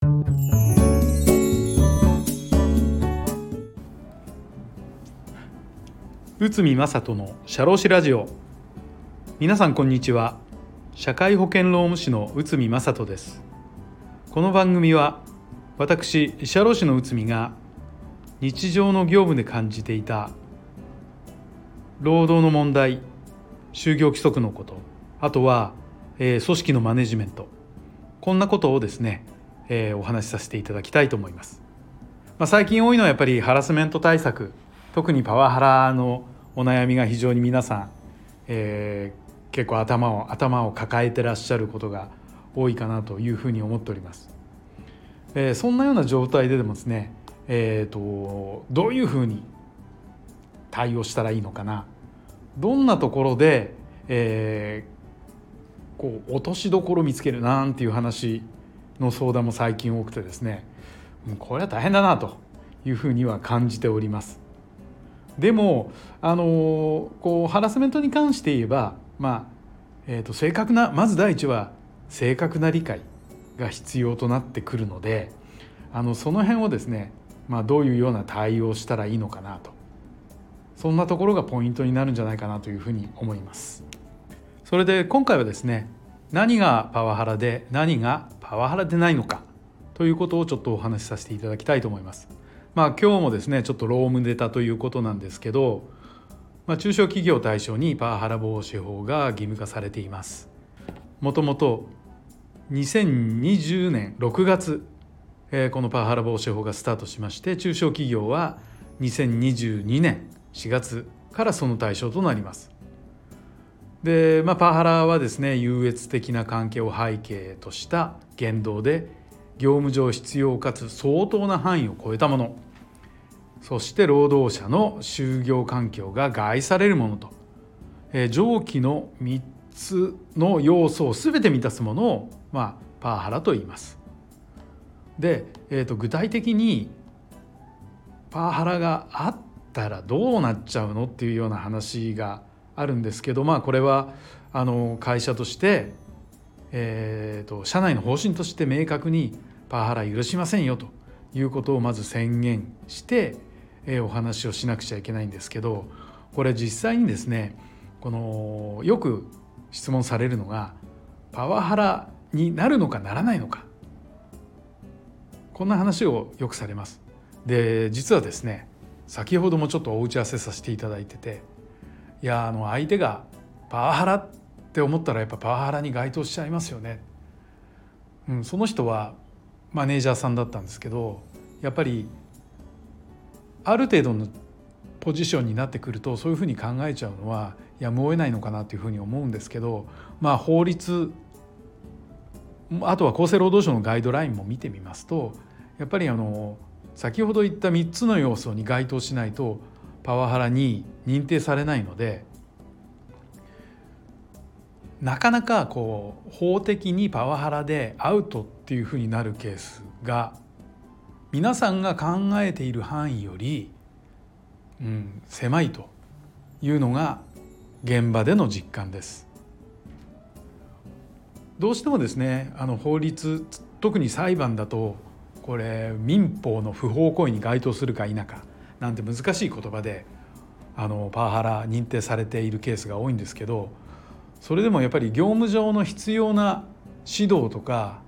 内海正人の社労士ラジオ。皆さんこんにちは。社会保険労務士の内海正人です。この番組は私社労士の内海が日常の業務で感じていた労働の問題、就業規則のこと、あとは、組織のマネジメント、こんなことをですね、お話しさせていただきたいと思います。最近多いのはやっぱりハラスメント対策、特にパワハラのお悩みが非常に皆さん、結構頭を抱えてらっしゃることが多いかなというふうに思っております。そんなような状態ででもですね、どういうふうに対応したらいいのかな、どんなところで、落としどころを見つけるなんていう話の相談も最近多くてですね、これは大変だなというふうには感じております。でもハラスメントに関して言えば、正確な、まず第一は正確な理解が必要となってくるので、その辺をですね、どういうような対応をしたらいいのかなと、そんなところがポイントになるんじゃないかなというふうに思います。それで今回はですね、何がパワハラで何がパワハラでないのかということをちょっとお話しさせていただきたいと思います。今日もですね、ちょっと労務ネタということなんですけど、中小企業を対象にパワハラ防止法が義務化されています。もともと2020年6月、このパワハラ防止法がスタートしまして、中小企業は2022年4月からその対象となります。で、パワハラはですね、優越的な関係を背景とした言動で業務上必要かつ相当な範囲を超えたもの、そして労働者の就業環境が害されるものと、上記の3つの要素を全て満たすものを、パワハラと言います。で、具体的にパワハラがあったらどうなっちゃうのっていうような話があるんですけど、これは会社として、社内の方針として明確にパワハラ許しませんよということをまず宣言して、お話をしなくちゃいけないんですけど、これ実際にですね、よく質問されるのがパワハラになるのかならないのか、こんな話をよくされます。で、実はですね、先ほどもちょっとお打ち合わせさせていただいてて、相手がパワハラって思ったらやっぱパワハラに該当しちゃいますよね。その人はマネージャーさんだったんですけど、やっぱりある程度のポジションになってくるとそういうふうに考えちゃうのはやむを得ないのかなというふうに思うんですけど、法律、あとは厚生労働省のガイドラインも見てみますと、やっぱり先ほど言った3つの要素に該当しないとパワハラに認定されないので、なかなか法的にパワハラでアウトっていうふうになるケースが皆さんが考えている範囲より、狭いというのが現場での実感です。どうしてもですね、法律、特に裁判だとこれ民法の不法行為に該当するか否かなんて難しい言葉でパワハラ認定されているケースが多いんですけど、それでもやっぱり業務上の必要な指導とか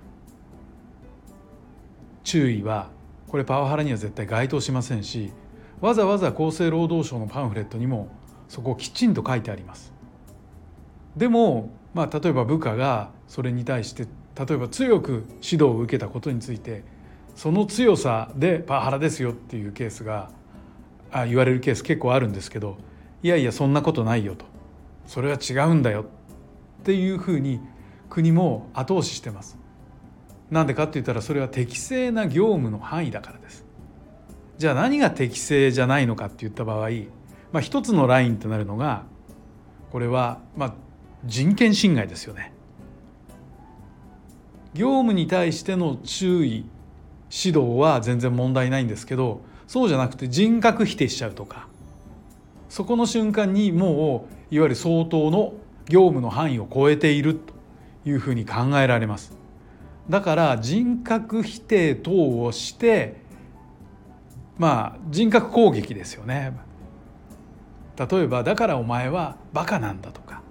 注意はこれパワハラには絶対該当しませんし、わざわざ厚生労働省のパンフレットにもそこをきちんと書いてあります。でも、例えば部下がそれに対して例えば強く指導を受けたことについて、その強さでパワハラですよっていうケースが言われるケース結構あるんですけど、いやいやそんなことないよと、それは違うんだよっていうふうに国も後押ししてます。なんでかって言ったら、それは適正な業務の範囲だからです。じゃあ何が適正じゃないのかって言った場合、一つのラインとなるのが、これは人権侵害ですよね。業務に対しての注意指導は全然問題ないんですけど、そうじゃなくて人格否定しちゃうとか、そこの瞬間にもういわゆる相当の業務の範囲を超えているというふうに考えられます。 だから人格否定等をして、人格攻撃ですよね。例えばだからお前はバカなんだとか、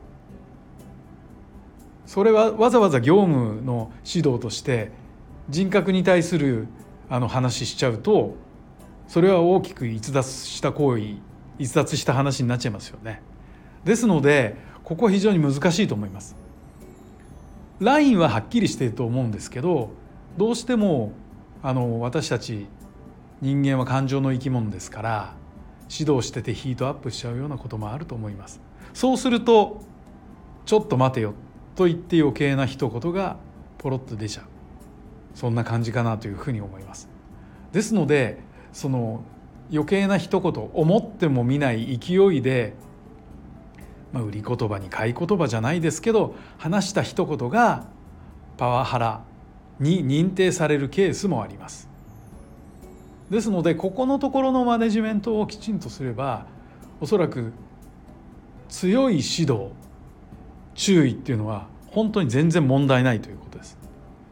それはわざわざ業務の指導として人格に対する話しちゃうと、それは大きく逸脱した話になっちゃいますよね。ですのでここは非常に難しいと思います。ラインははっきりしていると思うんですけど、どうしても私たち人間は感情の生き物ですから、指導しててヒートアップしちゃうようなこともあると思います。そうするとちょっと待てよと言って余計な一言がポロッと出ちゃう、そんな感じかなというふうに思います。ですのでその余計な一言、思ってもみない勢いで、売り言葉に買い言葉じゃないですけど話した一言がパワハラに認定されるケースもあります。ですのでここのところのマネジメントをきちんとすれば、おそらく強い指導注意っていうのは本当に全然問題ないということです。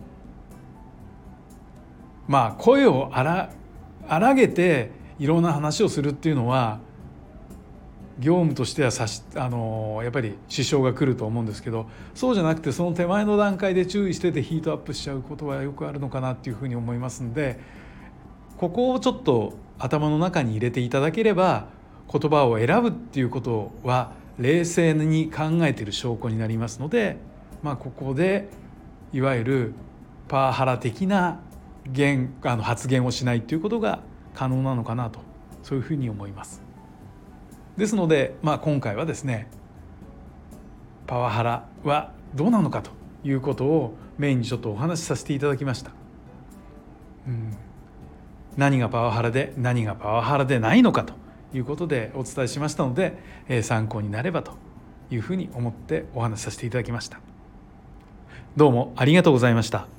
声を荒げていろんな話をするっていうのは業務としてはやっぱり支障が来ると思うんですけど、そうじゃなくてその手前の段階で注意しててヒートアップしちゃうことはよくあるのかなっていうふうに思いますんで、ここをちょっと頭の中に入れていただければ、言葉を選ぶっていうことは冷静に考えている証拠になりますので、ここでいわゆるパワハラ的な発言をしないということが可能なのかなと、そういうふうに思います。ですので、今回はですね、パワハラはどうなのかということをメインにちょっとお話しさせていただきました。何がパワハラで何がパワハラでないのかということでお伝えしましたので、参考になればというふうに思ってお話しさせていただきました。どうもありがとうございました。